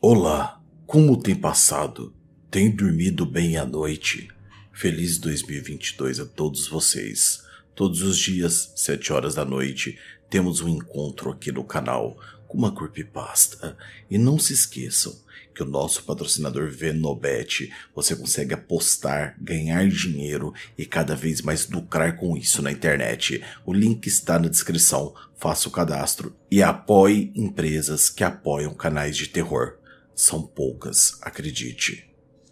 Olá, como tem passado? Tem dormido bem à noite? Feliz 2022 a todos vocês. Todos os dias, 7 horas da noite, temos um encontro aqui no canal com uma creepypasta. E não se esqueçam que o nosso patrocinador Venobet, você consegue apostar, ganhar dinheiro e cada vez mais lucrar com isso na internet. O link está na descrição, faça o cadastro e apoie empresas que apoiam canais de terror. São poucas, acredite.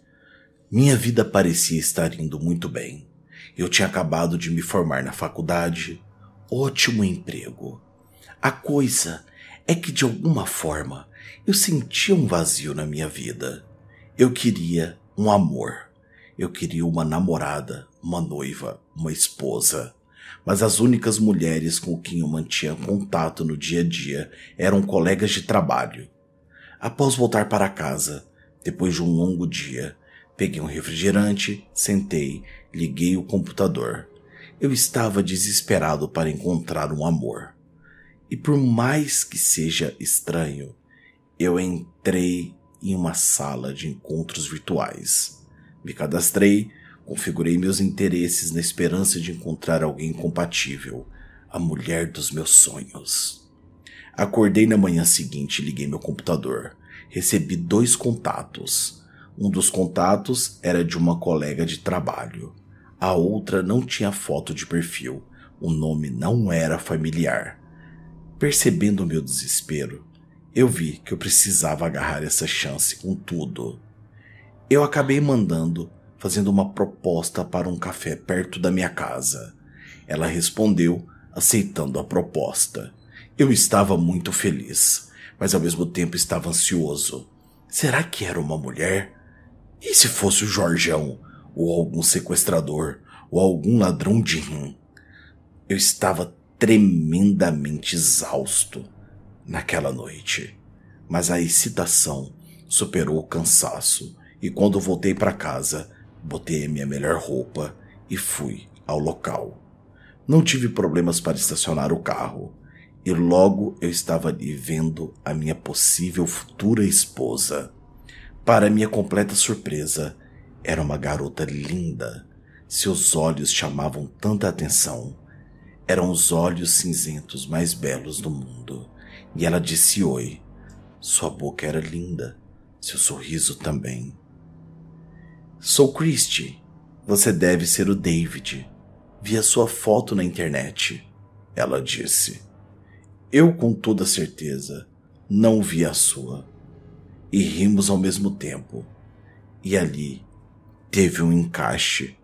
Minha vida parecia estar indo muito bem. Eu tinha acabado de me formar na faculdade. Ótimo emprego. A coisa é que, de alguma forma, eu sentia um vazio na minha vida. Eu queria um amor. Eu queria uma namorada, uma noiva, uma esposa. Mas as únicas mulheres com quem eu mantinha contato no dia a dia eram colegas de trabalho. Após voltar para casa, depois de um longo dia, peguei um refrigerante, sentei, liguei o computador. Eu estava desesperado para encontrar um amor. E por mais que seja estranho, eu entrei em uma sala de encontros virtuais. Me cadastrei, configurei meus interesses na esperança de encontrar alguém compatível, a mulher dos meus sonhos. Acordei na manhã seguinte e liguei meu computador. Recebi 2 contatos. Um dos contatos era de uma colega de trabalho. A outra não tinha foto de perfil. O nome não era familiar. Percebendo o meu desespero, eu vi que eu precisava agarrar essa chance com tudo. Eu acabei fazendo uma proposta para um café perto da minha casa. Ela respondeu, aceitando a proposta. Eu estava muito feliz, mas ao mesmo tempo estava ansioso. Será que era uma mulher? E se fosse o Jorjão, ou algum sequestrador, ou algum ladrão de rim? Eu estava tremendamente exausto naquela noite, mas a excitação superou o cansaço e quando voltei para casa, botei a minha melhor roupa e fui ao local. Não tive problemas para estacionar o carro. E logo eu estava ali vendo a minha possível futura esposa. Para minha completa surpresa, era uma garota linda. Seus olhos chamavam tanta atenção. Eram os olhos cinzentos mais belos do mundo. E ela disse oi. Sua boca era linda. Seu sorriso também. Sou Christy. Você deve ser o David. Vi a sua foto na internet. Ela disse. Eu, com toda certeza, não vi a sua. E rimos ao mesmo tempo. E ali teve um encaixe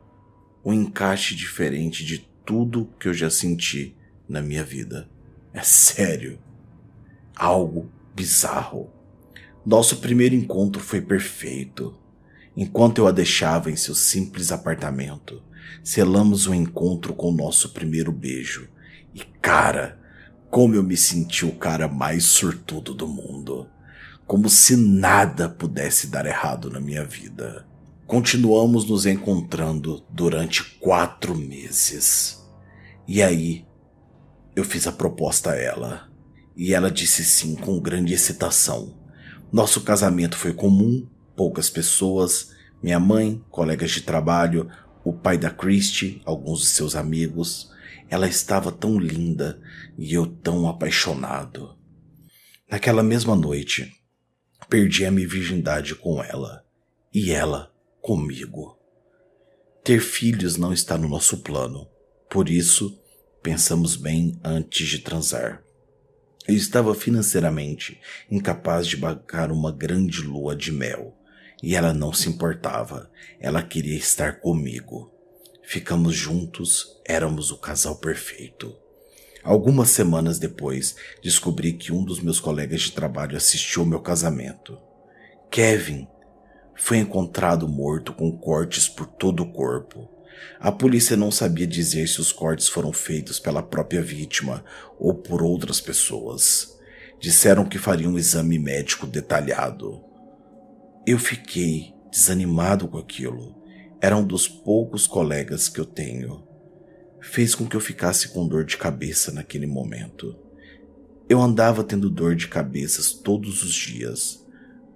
diferente de tudo que eu já senti na minha vida. É sério. Algo bizarro. Nosso primeiro encontro foi perfeito. Enquanto eu a deixava em seu simples apartamento, selamos o encontro com o nosso primeiro beijo. E cara, como eu me senti o cara mais sortudo do mundo. Como se nada pudesse dar errado na minha vida. Continuamos nos encontrando durante 4 meses. E aí, eu fiz a proposta a ela. E ela disse sim com grande excitação. Nosso casamento foi comum, poucas pessoas, minha mãe, colegas de trabalho, o pai da Christy, alguns de seus amigos. Ela estava tão linda e eu tão apaixonado. Naquela mesma noite, perdi a minha virgindade com ela e ela comigo. Ter filhos não está no nosso plano, por isso pensamos bem antes de transar. Eu estava financeiramente incapaz de bancar uma grande lua de mel e ela não se importava, ela queria estar comigo. Ficamos juntos, éramos o casal perfeito. Algumas semanas depois, descobri que um dos meus colegas de trabalho assistiu ao meu casamento. Kevin foi encontrado morto com cortes por todo o corpo. A polícia não sabia dizer se os cortes foram feitos pela própria vítima ou por outras pessoas. Disseram que fariam um exame médico detalhado. Eu fiquei desanimado com aquilo. Era um dos poucos colegas que eu tenho. Fez com que eu ficasse com dor de cabeça naquele momento. Eu andava tendo dor de cabeça todos os dias.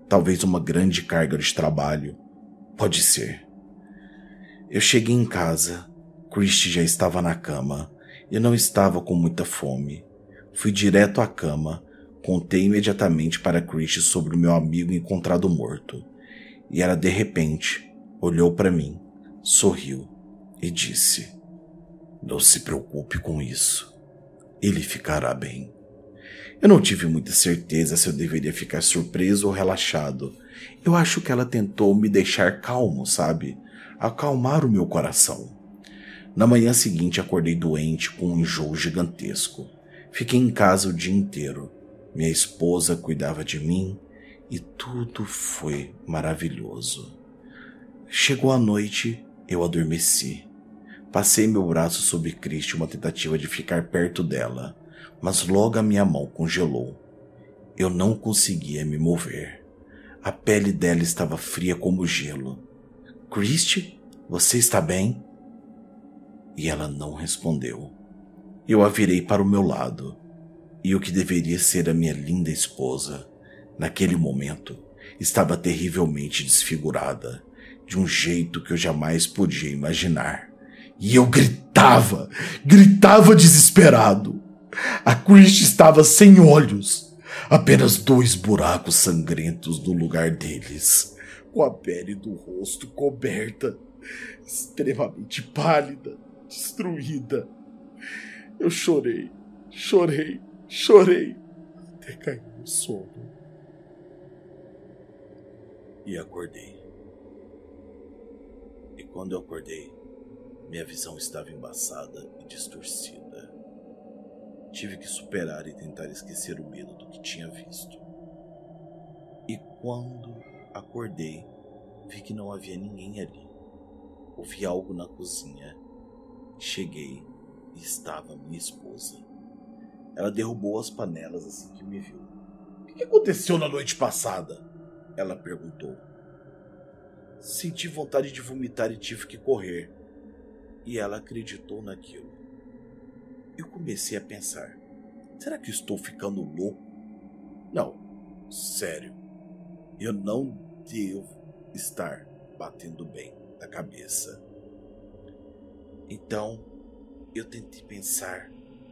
Talvez uma grande carga de trabalho. Pode ser. Eu cheguei em casa. Christy já estava na cama. Eu não estava com muita fome. Fui direto à cama. Contei imediatamente para Christy sobre o meu amigo encontrado morto. E ela, de repente, olhou para mim, sorriu e disse: "Não se preocupe com isso. Ele ficará bem." Eu não tive muita certeza se eu deveria ficar surpreso ou relaxado. Eu acho que ela tentou me deixar calmo, sabe? Acalmar o meu coração. Na manhã seguinte acordei doente com um enjoo gigantesco. Fiquei em casa o dia inteiro. Minha esposa cuidava de mim e tudo foi maravilhoso. Chegou a noite, eu adormeci. Passei meu braço sobre Christy, uma tentativa de ficar perto dela, mas logo a minha mão congelou. Eu não conseguia me mover. A pele dela estava fria como gelo. "Christy, você está bem?" E ela não respondeu. Eu a virei para o meu lado, e o que deveria ser a minha linda esposa, naquele momento, estava terrivelmente desfigurada, de um jeito que eu jamais podia imaginar. E eu gritava desesperado. A Christy estava sem olhos, apenas 2 buracos sangrentos no lugar deles, com a pele do rosto coberta, extremamente pálida, destruída. Eu chorei, até cair no sono. E acordei. E quando eu acordei, minha visão estava embaçada e distorcida. Tive que superar e tentar esquecer o medo do que tinha visto. E quando acordei, vi que não havia ninguém ali. Ouvi algo na cozinha. Cheguei e estava minha esposa. Ela derrubou as panelas assim que me viu. "O que aconteceu na noite passada?" ela perguntou. Senti vontade de vomitar e tive que correr. E ela acreditou naquilo. Eu comecei a pensar: será que estou ficando louco? Não, sério. Eu não devo estar batendo bem na cabeça. Então, eu tentei pensar.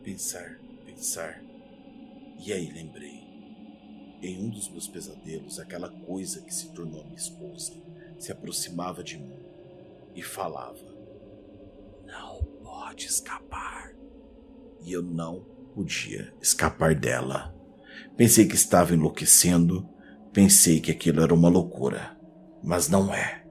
E aí lembrei. Em um dos meus pesadelos, aquela coisa que se tornou minha esposa se aproximava de mim e falava: "Não pode escapar." E eu não podia escapar dela. Pensei que estava enlouquecendo, pensei que aquilo era uma loucura, mas não é.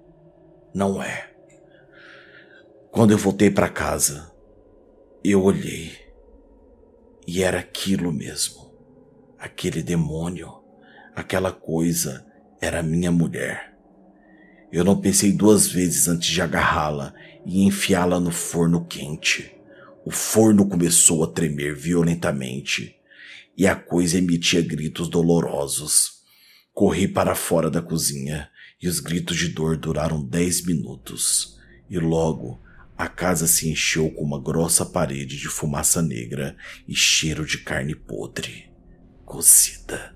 Quando eu voltei para casa, eu olhei e era aquilo mesmo. Aquele demônio, aquela coisa era minha mulher. Eu não pensei 2 vezes antes de agarrá-la e enfiá-la no forno quente. O forno começou a tremer violentamente e a coisa emitia gritos dolorosos. Corri para fora da cozinha e os gritos de dor duraram 10 minutos. E logo a casa se encheu com uma grossa parede de fumaça negra e cheiro de carne podre, cozida.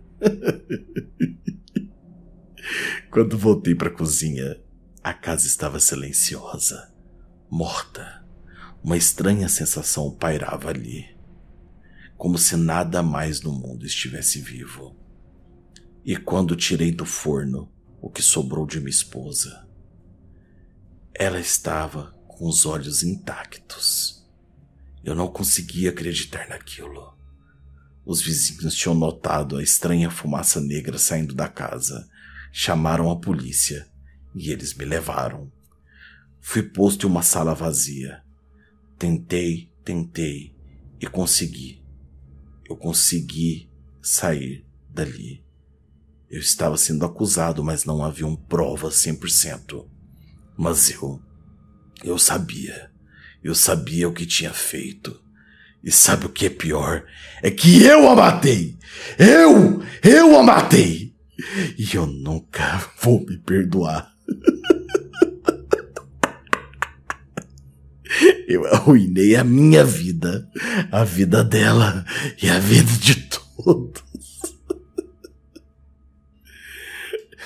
Quando voltei para a cozinha, a casa estava silenciosa, morta. Uma estranha sensação pairava ali, como se nada mais no mundo estivesse vivo. E quando tirei do forno o que sobrou de minha esposa, ela estava com os olhos intactos. Eu não conseguia acreditar naquilo. Os vizinhos tinham notado a estranha fumaça negra saindo da casa. Chamaram a polícia e eles me levaram. Fui posto em uma sala vazia. Tentei e consegui. Eu consegui sair dali. Eu estava sendo acusado, mas não haviam provas 100%. Mas eu sabia. Eu sabia o que tinha feito. E sabe o que é pior? É que eu a matei! Eu a matei! E eu nunca vou me perdoar. Eu arruinei a minha vida, a vida dela e a vida de todos.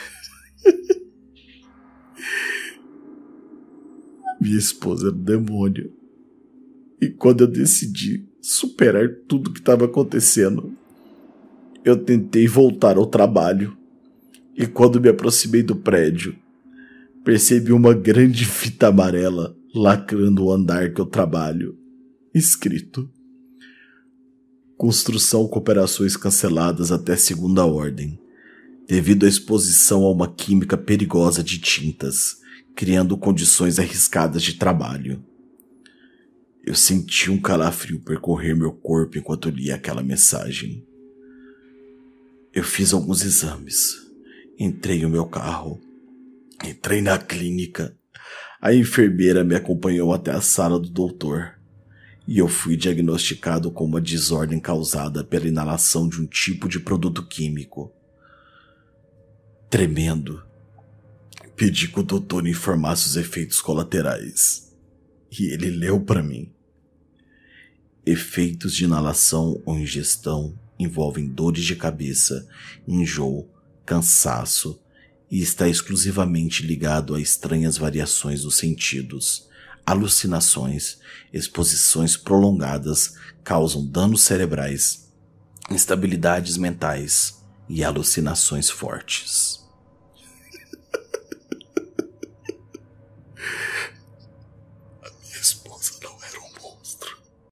minha esposa era um demônio. E quando eu decidi superar tudo que estava acontecendo, eu tentei voltar ao trabalho. E quando me aproximei do prédio, percebi uma grande fita amarela lacrando o andar que eu trabalho, escrito: construção com operações canceladas até segunda ordem, devido à exposição a uma química perigosa de tintas, criando condições arriscadas de trabalho. Eu senti um calafrio percorrer meu corpo enquanto lia aquela mensagem. Eu fiz alguns exames, entrei no meu carro, entrei na clínica. A enfermeira me acompanhou até a sala do doutor e eu fui diagnosticado com uma desordem causada pela inalação de um tipo de produto químico. Tremendo, pedi que o doutor informasse os efeitos colaterais e ele leu para mim. Efeitos de inalação ou ingestão envolvem dores de cabeça, enjoo, cansaço e está exclusivamente ligado a estranhas variações dos sentidos. Alucinações, exposições prolongadas causam danos cerebrais, instabilidades mentais e alucinações fortes.